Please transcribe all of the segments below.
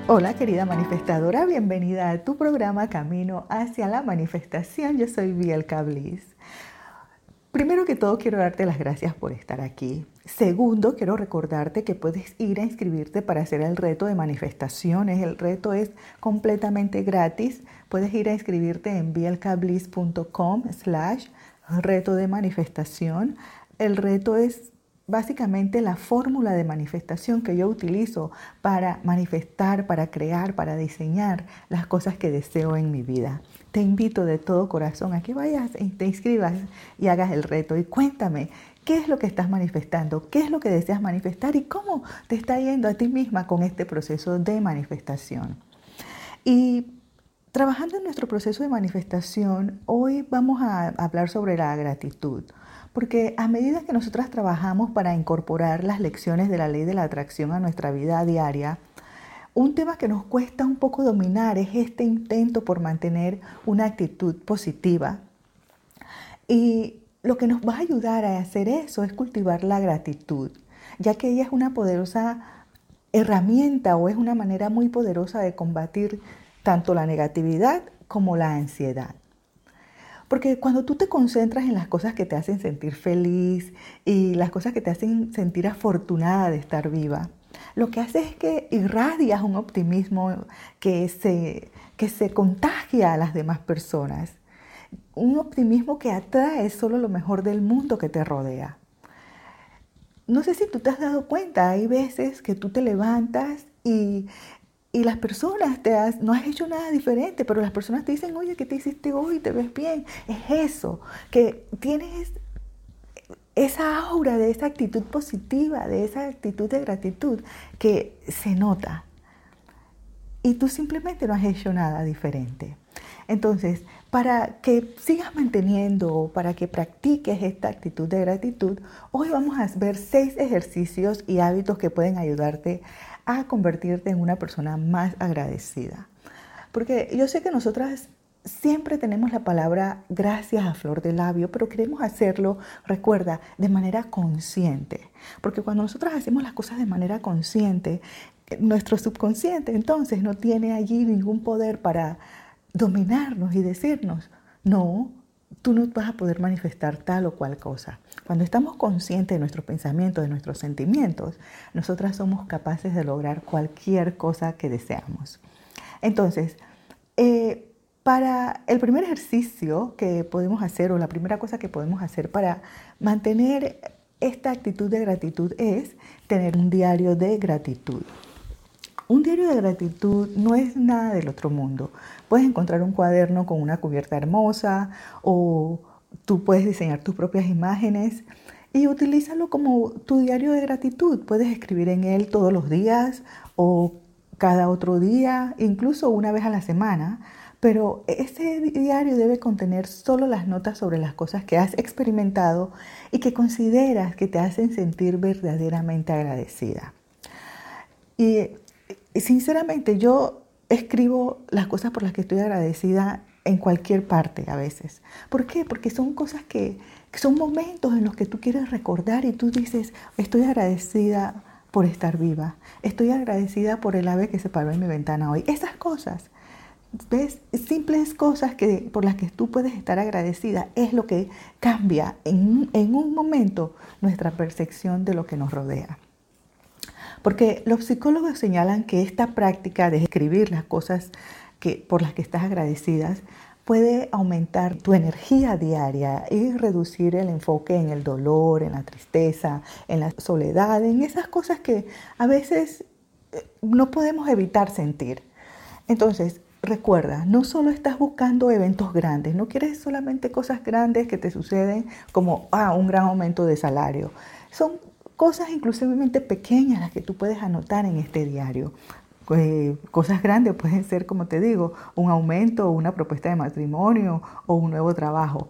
Hola querida manifestadora, bienvenida a tu programa Camino hacia la Manifestación. Yo soy Bielka Bliss. Primero que todo quiero darte las gracias por estar aquí. Segundo, quiero recordarte que puedes ir a inscribirte para hacer el reto de manifestaciones. El reto es completamente gratis. Puedes ir a inscribirte en bielkabliss.com/reto de manifestación. El reto es básicamente la fórmula de manifestación que yo utilizo para manifestar, para crear, para diseñar las cosas que deseo en mi vida. Te invito de todo corazón a que vayas y te inscribas y hagas el reto y cuéntame qué es lo que estás manifestando, qué es lo que deseas manifestar y cómo te está yendo a ti misma con este proceso de manifestación. Y trabajando en nuestro proceso de manifestación, hoy vamos a hablar sobre la gratitud. Porque a medida que nosotras trabajamos para incorporar las lecciones de la ley de la atracción a nuestra vida diaria, un tema que nos cuesta un poco dominar es este intento por mantener una actitud positiva. Y lo que nos va a ayudar a hacer eso es cultivar la gratitud, ya que ella es una poderosa herramienta o es una manera muy poderosa de combatir tanto la negatividad como la ansiedad. Porque cuando tú te concentras en las cosas que te hacen sentir feliz y las cosas que te hacen sentir afortunada de estar viva, lo que haces es que irradias un optimismo que se contagia a las demás personas. Un optimismo que atrae solo lo mejor del mundo que te rodea. No sé si tú te has dado cuenta, hay veces que tú te levantas y las personas no has hecho nada diferente, pero las personas te dicen, oye, ¿qué te hiciste hoy? ¿Te ves bien? Es eso, que tienes esa aura de esa actitud positiva, de esa actitud de gratitud que se nota. Y tú simplemente no has hecho nada diferente. Entonces, para que sigas manteniendo, para que practiques esta actitud de gratitud, hoy vamos a ver 6 ejercicios y hábitos que pueden ayudarte a convertirte en una persona más agradecida. Porque yo sé que nosotras siempre tenemos la palabra gracias a flor de labio, pero queremos hacerlo, recuerda, de manera consciente. Porque cuando nosotras hacemos las cosas de manera consciente, nuestro subconsciente entonces no tiene allí ningún poder para dominarnos y decirnos, no, tú no vas a poder manifestar tal o cual cosa. Cuando estamos conscientes de nuestros pensamientos, de nuestros sentimientos, nosotras somos capaces de lograr cualquier cosa que deseamos. Entonces, para el primer ejercicio que podemos hacer o la primera cosa que podemos hacer para mantener esta actitud de gratitud es tener un diario de gratitud. Un diario de gratitud no es nada del otro mundo. Puedes encontrar un cuaderno con una cubierta hermosa o tú puedes diseñar tus propias imágenes y utilízalo como tu diario de gratitud. Puedes escribir en él todos los días o cada otro día, incluso una vez a la semana. Pero ese diario debe contener solo las notas sobre las cosas que has experimentado y que consideras que te hacen sentir verdaderamente agradecida. Y sinceramente, yo escribo las cosas por las que estoy agradecida en cualquier parte a veces. ¿Por qué? Porque son cosas que son momentos en los que tú quieres recordar y tú dices, estoy agradecida por estar viva, estoy agradecida por el ave que se paró en mi ventana hoy. Esas cosas, ¿ves? Simples cosas por las que tú puedes estar agradecida es lo que cambia en un momento nuestra percepción de lo que nos rodea. Porque los psicólogos señalan que esta práctica de escribir las cosas por las que estás agradecidas puede aumentar tu energía diaria y reducir el enfoque en el dolor, en la tristeza, en la soledad, en esas cosas que a veces no podemos evitar sentir. Entonces, recuerda, no solo estás buscando eventos grandes, no quieres solamente cosas grandes que te suceden como un gran aumento de salario. Son cosas inclusivamente pequeñas las que tú puedes anotar en este diario. Cosas grandes pueden ser, como te digo, un aumento, una propuesta de matrimonio o un nuevo trabajo.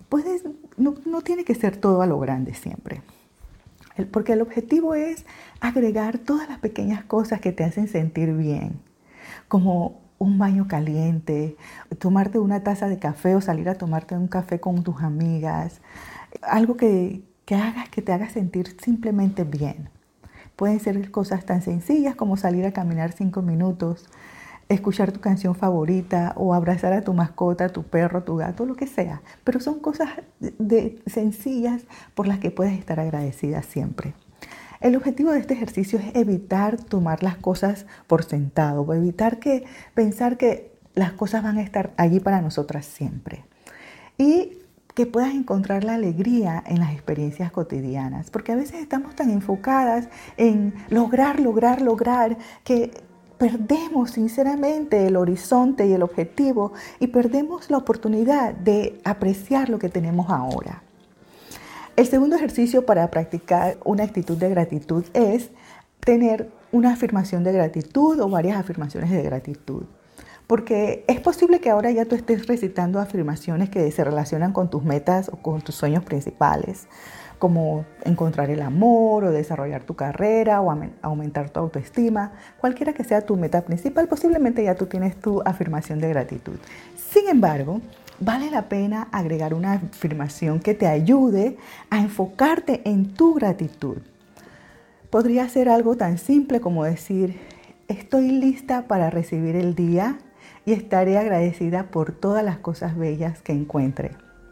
No tiene que ser todo a lo grande siempre. Porque el objetivo es agregar todas las pequeñas cosas que te hacen sentir bien, como un baño caliente, tomarte una taza de café o salir a tomarte un café con tus amigas, algo que hagas que te haga sentir simplemente bien. Pueden ser cosas tan sencillas como salir a caminar 5 minutos, escuchar tu canción favorita o abrazar a tu mascota, tu perro, tu gato, lo que sea. Pero son cosas sencillas por las que puedes estar agradecida siempre. El objetivo de este ejercicio es evitar tomar las cosas por sentado o evitar pensar que las cosas van a estar allí para nosotras siempre. Y que puedas encontrar la alegría en las experiencias cotidianas, porque a veces estamos tan enfocadas en lograr, que perdemos sinceramente el horizonte y el objetivo y perdemos la oportunidad de apreciar lo que tenemos ahora. El segundo ejercicio para practicar una actitud de gratitud es tener una afirmación de gratitud o varias afirmaciones de gratitud. Porque es posible que ahora ya tú estés recitando afirmaciones que se relacionan con tus metas o con tus sueños principales, como encontrar el amor o desarrollar tu carrera o aumentar tu autoestima. Cualquiera que sea tu meta principal, posiblemente ya tú tienes tu afirmación de gratitud. Sin embargo, vale la pena agregar una afirmación que te ayude a enfocarte en tu gratitud. Podría ser algo tan simple como decir, estoy lista para recibir el día y estaré agradecida por todas las cosas bellas que encuentre.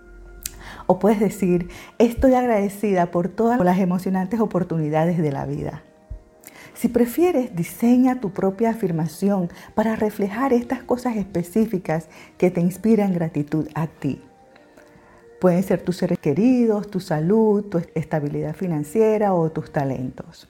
O puedes decir, estoy agradecida por todas las emocionantes oportunidades de la vida. Si prefieres, diseña tu propia afirmación para reflejar estas cosas específicas que te inspiran gratitud a ti. Pueden ser tus seres queridos, tu salud, tu estabilidad financiera o tus talentos.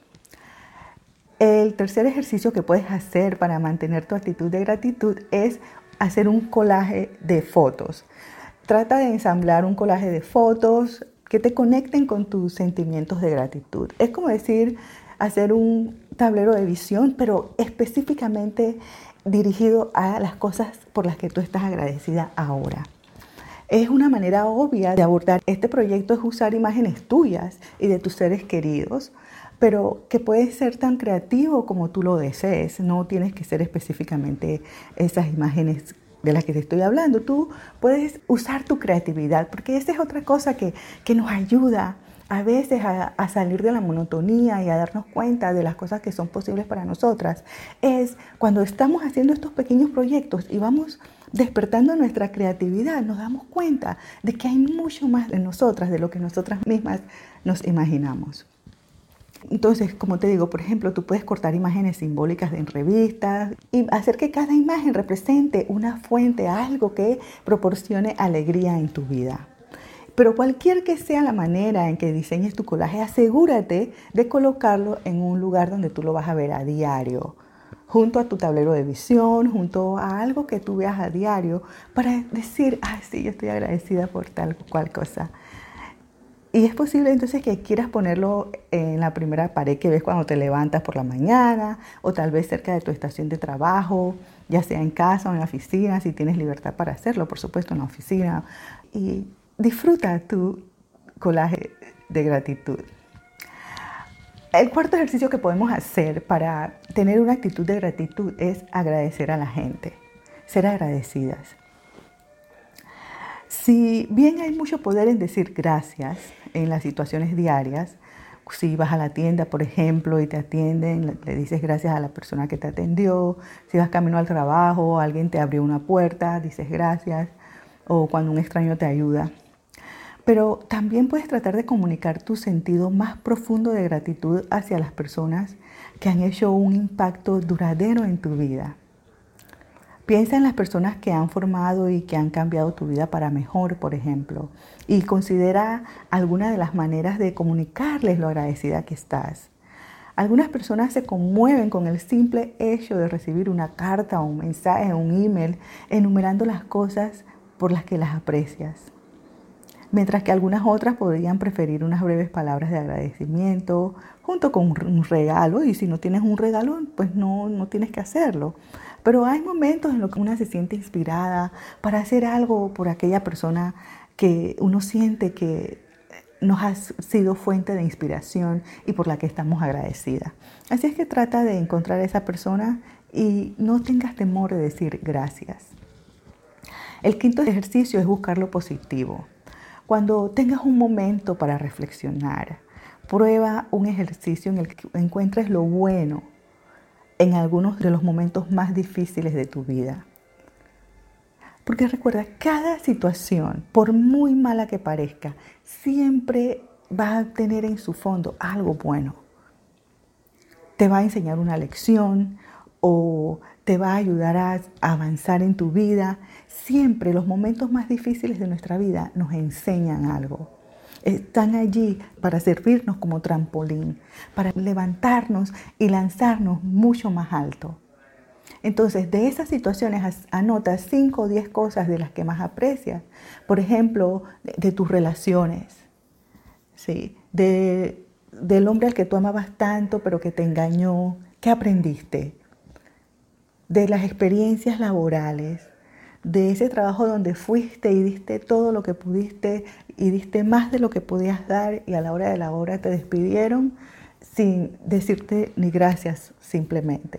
El tercer ejercicio que puedes hacer para mantener tu actitud de gratitud es hacer un collage de fotos. Trata de ensamblar un collage de fotos que te conecten con tus sentimientos de gratitud. Es como decir, hacer un tablero de visión, pero específicamente dirigido a las cosas por las que tú estás agradecida ahora. Es una manera obvia de abordar este proyecto, es usar imágenes tuyas y de tus seres queridos, pero que puede ser tan creativo como tú lo desees. No tienes que ser específicamente esas imágenes de las que te estoy hablando. Tú puedes usar tu creatividad, porque esa es otra cosa que nos ayuda a veces a salir de la monotonía y a darnos cuenta de las cosas que son posibles para nosotras. Es cuando estamos haciendo estos pequeños proyectos y vamos despertando nuestra creatividad, nos damos cuenta de que hay mucho más de nosotras, de lo que nosotras mismas nos imaginamos. Entonces, como te digo, por ejemplo, tú puedes cortar imágenes simbólicas en revistas y hacer que cada imagen represente una fuente, algo que proporcione alegría en tu vida. Pero cualquier que sea la manera en que diseñes tu collage, asegúrate de colocarlo en un lugar donde tú lo vas a ver a diario, junto a tu tablero de visión, junto a algo que tú veas a diario, para decir, sí, yo estoy agradecida por tal o cual cosa. Y es posible entonces que quieras ponerlo en la primera pared que ves cuando te levantas por la mañana, o tal vez cerca de tu estación de trabajo, ya sea en casa o en la oficina, si tienes libertad para hacerlo, por supuesto, en la oficina. Y disfruta tu collage de gratitud. El cuarto ejercicio que podemos hacer para tener una actitud de gratitud es agradecer a la gente, ser agradecidas. Si bien hay mucho poder en decir gracias en las situaciones diarias, si vas a la tienda, por ejemplo, y te atienden, le dices gracias a la persona que te atendió. Si vas camino al trabajo, alguien te abrió una puerta, dices gracias. O cuando un extraño te ayuda. Pero también puedes tratar de comunicar tu sentido más profundo de gratitud hacia las personas que han hecho un impacto duradero en tu vida. Piensa en las personas que han formado y que han cambiado tu vida para mejor, por ejemplo, y considera alguna de las maneras de comunicarles lo agradecida que estás. Algunas personas se conmueven con el simple hecho de recibir una carta o un mensaje o un email enumerando las cosas por las que las aprecias. Mientras que algunas otras podrían preferir unas breves palabras de agradecimiento junto con un regalo, y si no tienes un regalo, pues no tienes que hacerlo. Pero hay momentos en los que una se siente inspirada para hacer algo por aquella persona que uno siente que nos ha sido fuente de inspiración y por la que estamos agradecidas. Así es que trata de encontrar a esa persona y no tengas temor de decir gracias. El quinto ejercicio es buscar lo positivo. Cuando tengas un momento para reflexionar, prueba un ejercicio en el que encuentres lo bueno en algunos de los momentos más difíciles de tu vida. Porque recuerda, cada situación, por muy mala que parezca, siempre va a tener en su fondo algo bueno. Te va a enseñar una lección o te va a ayudar a avanzar en tu vida. Siempre los momentos más difíciles de nuestra vida nos enseñan algo. Están allí para servirnos como trampolín, para levantarnos y lanzarnos mucho más alto. Entonces, de esas situaciones anota 5 o 10 cosas de las que más aprecias. Por ejemplo, de tus relaciones, ¿sí? Del hombre al que tú amabas tanto, pero que te engañó. ¿Qué aprendiste? De las experiencias laborales, de ese trabajo donde fuiste y diste todo lo que pudiste y diste más de lo que podías dar y a la hora de la hora te despidieron sin decirte ni gracias simplemente.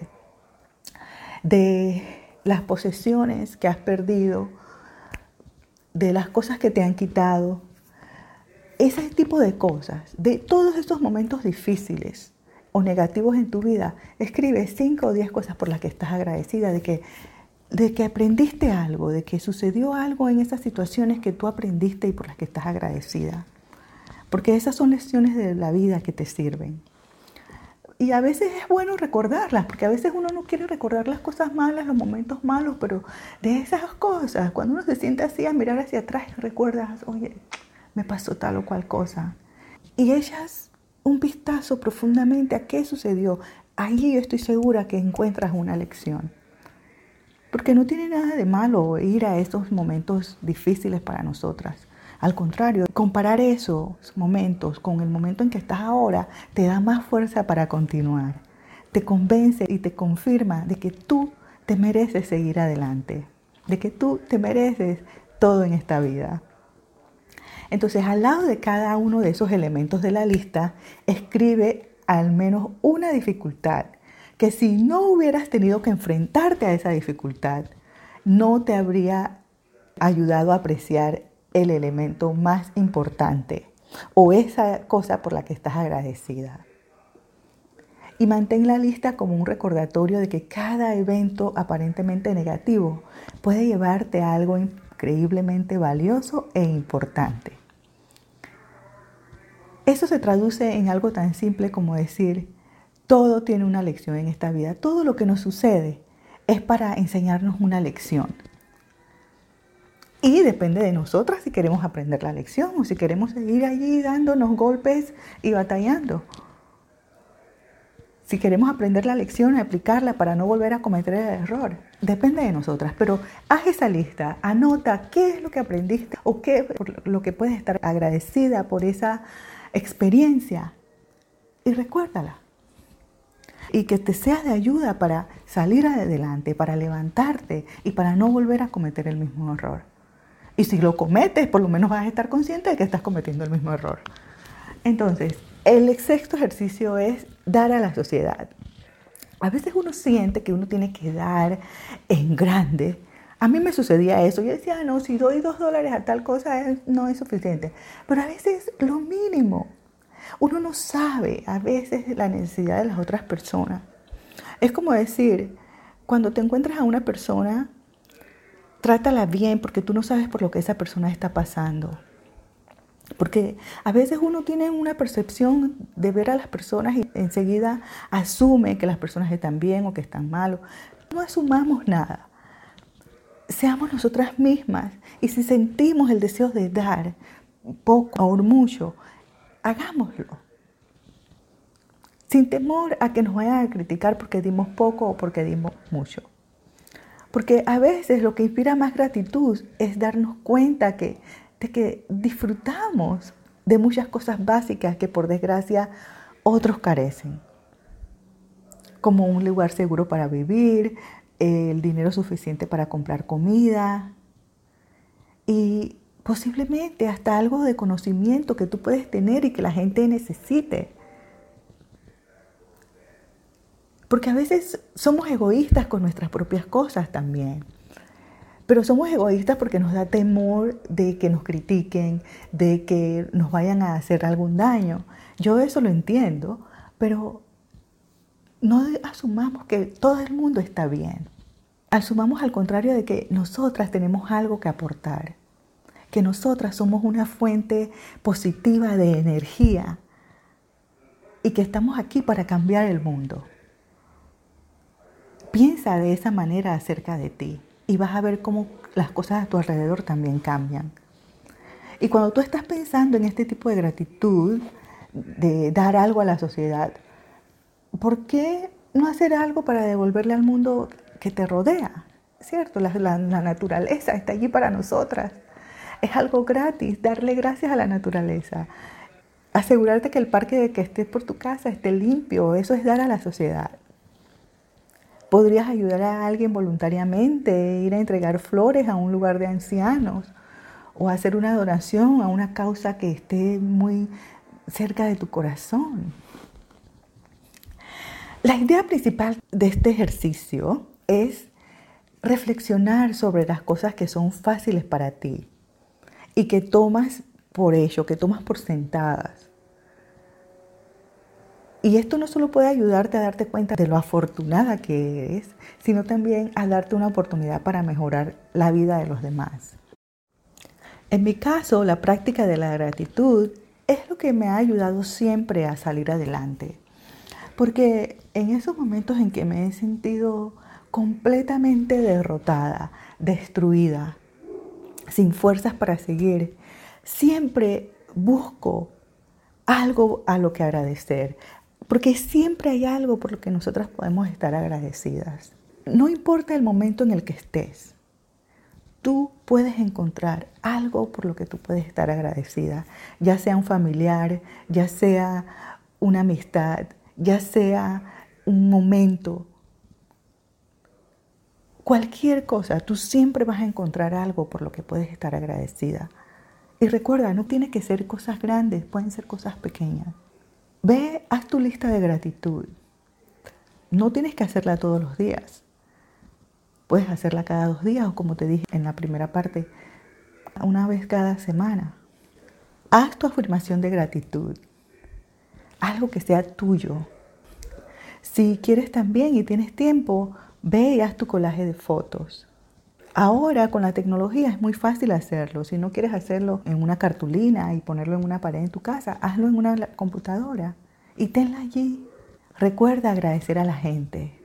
De las posesiones que has perdido, de las cosas que te han quitado, ese tipo de cosas, de todos estos momentos difíciles o negativos en tu vida, escribe 5 o 10 cosas por las que estás agradecida, de que aprendiste algo, de que sucedió algo en esas situaciones que tú aprendiste y por las que estás agradecida. Porque esas son lecciones de la vida que te sirven. Y a veces es bueno recordarlas, porque a veces uno no quiere recordar las cosas malas, los momentos malos, pero de esas cosas, cuando uno se siente así a mirar hacia atrás y recuerdas, oye, me pasó tal o cual cosa. Y echas un vistazo profundamente a qué sucedió. Allí yo estoy segura que encuentras una lección. Porque no tiene nada de malo ir a esos momentos difíciles para nosotras. Al contrario, comparar esos momentos con el momento en que estás ahora te da más fuerza para continuar. Te convence y te confirma de que tú te mereces seguir adelante, de que tú te mereces todo en esta vida. Entonces, al lado de cada uno de esos elementos de la lista, escribe al menos una dificultad que si no hubieras tenido que enfrentarte a esa dificultad, no te habría ayudado a apreciar el elemento más importante o esa cosa por la que estás agradecida. Y mantén la lista como un recordatorio de que cada evento aparentemente negativo puede llevarte a algo increíblemente valioso e importante. Eso se traduce en algo tan simple como decir, todo tiene una lección en esta vida. Todo lo que nos sucede es para enseñarnos una lección. Y depende de nosotras si queremos aprender la lección o si queremos seguir allí dándonos golpes y batallando. Si queremos aprender la lección y aplicarla para no volver a cometer el error, depende de nosotras. Pero haz esa lista, anota qué es lo que aprendiste o qué por lo que puedes estar agradecida por esa experiencia y recuérdala. Y que te sea de ayuda para salir adelante, para levantarte y para no volver a cometer el mismo error. Y si lo cometes, por lo menos vas a estar consciente de que estás cometiendo el mismo error. Entonces, el sexto ejercicio es dar a la sociedad. A veces uno siente que uno tiene que dar en grande. A mí me sucedía eso. Yo decía, no, si doy $2 a tal cosa no es suficiente. Pero a veces lo mínimo. Uno no sabe a veces la necesidad de las otras personas. Es como decir, cuando te encuentras a una persona, trátala bien porque tú no sabes por lo que esa persona está pasando. Porque a veces uno tiene una percepción de ver a las personas y enseguida asume que las personas están bien o que están mal. No asumamos nada. Seamos nosotras mismas y si sentimos el deseo de dar poco o mucho, hagámoslo. Sin temor a que nos vayan a criticar porque dimos poco o porque dimos mucho. Porque a veces lo que inspira más gratitud es darnos cuenta de que disfrutamos de muchas cosas básicas que por desgracia otros carecen. Como un lugar seguro para vivir, el dinero suficiente para comprar comida y posiblemente hasta algo de conocimiento que tú puedes tener y que la gente necesite. Porque a veces somos egoístas con nuestras propias cosas también. Pero somos egoístas porque nos da temor de que nos critiquen, de que nos vayan a hacer algún daño. Yo eso lo entiendo, pero no asumamos que todo el mundo está bien. Asumamos al contrario de que nosotras tenemos algo que aportar, que nosotras somos una fuente positiva de energía y que estamos aquí para cambiar el mundo. Piensa de esa manera acerca de ti y vas a ver cómo las cosas a tu alrededor también cambian. Y cuando tú estás pensando en este tipo de gratitud, de dar algo a la sociedad, ¿por qué no hacer algo para devolverle al mundo que te rodea? ¿Cierto? La naturaleza está allí para nosotras. Es algo gratis, darle gracias a la naturaleza. Asegurarte que el parque que esté por tu casa esté limpio, eso es dar a la sociedad. Podrías ayudar a alguien voluntariamente, ir a entregar flores a un lugar de ancianos o hacer una donación a una causa que esté muy cerca de tu corazón. La idea principal de este ejercicio es reflexionar sobre las cosas que son fáciles para ti y que tomas por hecho, que tomas por sentadas. Y esto no solo puede ayudarte a darte cuenta de lo afortunada que eres, sino también a darte una oportunidad para mejorar la vida de los demás. En mi caso, la práctica de la gratitud es lo que me ha ayudado siempre a salir adelante. Porque en esos momentos en que me he sentido completamente derrotada, destruida, sin fuerzas para seguir, siempre busco algo a lo que agradecer. Porque siempre hay algo por lo que nosotras podemos estar agradecidas. No importa el momento en el que estés, tú puedes encontrar algo por lo que tú puedes estar agradecida. Ya sea un familiar, ya sea una amistad, ya sea un momento. Cualquier cosa, tú siempre vas a encontrar algo por lo que puedes estar agradecida. Y recuerda, no tiene que ser cosas grandes, pueden ser cosas pequeñas. Ve, haz tu lista de gratitud. No tienes que hacerla todos los días. Puedes hacerla cada 2 días o, como te dije en la primera parte, una vez cada semana. Haz tu afirmación de gratitud. Algo que sea tuyo. Si quieres también y tienes tiempo, ve y haz tu collage de fotos. Ahora con la tecnología es muy fácil hacerlo. Si no quieres hacerlo en una cartulina y ponerlo en una pared en tu casa, hazlo en una computadora y tenla allí. Recuerda agradecer a la gente.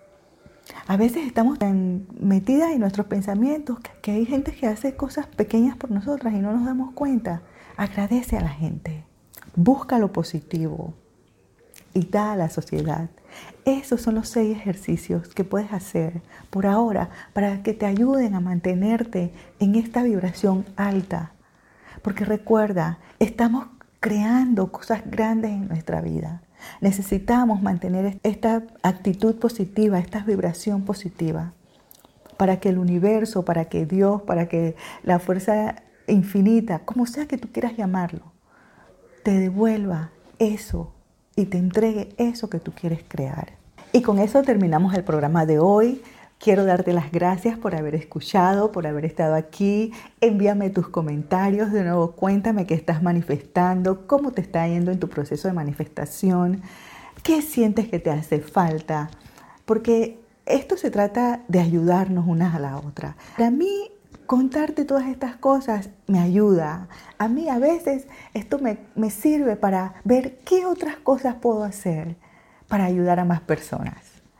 A veces estamos tan metidas en nuestros pensamientos que hay gente que hace cosas pequeñas por nosotras y no nos damos cuenta. Agradece a la gente. Busca lo positivo y da a la sociedad. Esos son los 6 ejercicios que puedes hacer por ahora para que te ayuden a mantenerte en esta vibración alta. Porque recuerda, estamos creando cosas grandes en nuestra vida. Necesitamos mantener esta actitud positiva, esta vibración positiva, para que el universo, para que Dios, para que la fuerza infinita, como sea que tú quieras llamarlo, te devuelva eso y te entregue eso que tú quieres crear. Y con eso terminamos el programa de hoy. Quiero darte las gracias por haber escuchado, por haber estado aquí. Envíame tus comentarios. De nuevo, cuéntame qué estás manifestando, cómo te está yendo en tu proceso de manifestación, qué sientes que te hace falta. Porque esto se trata de ayudarnos unas a la otra. Para mí, contarte todas estas cosas me ayuda. A mí a veces esto me sirve para ver qué otras cosas puedo hacer para ayudar a más personas.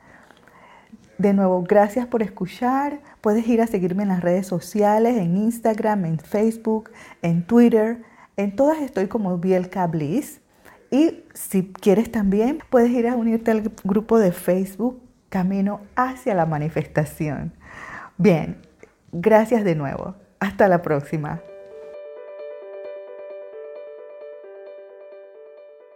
De nuevo, gracias por escuchar. Puedes ir a seguirme en las redes sociales, en Instagram, en Facebook, en Twitter. En todas estoy como Bielka Bliss. Y si quieres también, puedes ir a unirte al grupo de Facebook Camino hacia la Manifestación. Bien, gracias de nuevo. Hasta la próxima.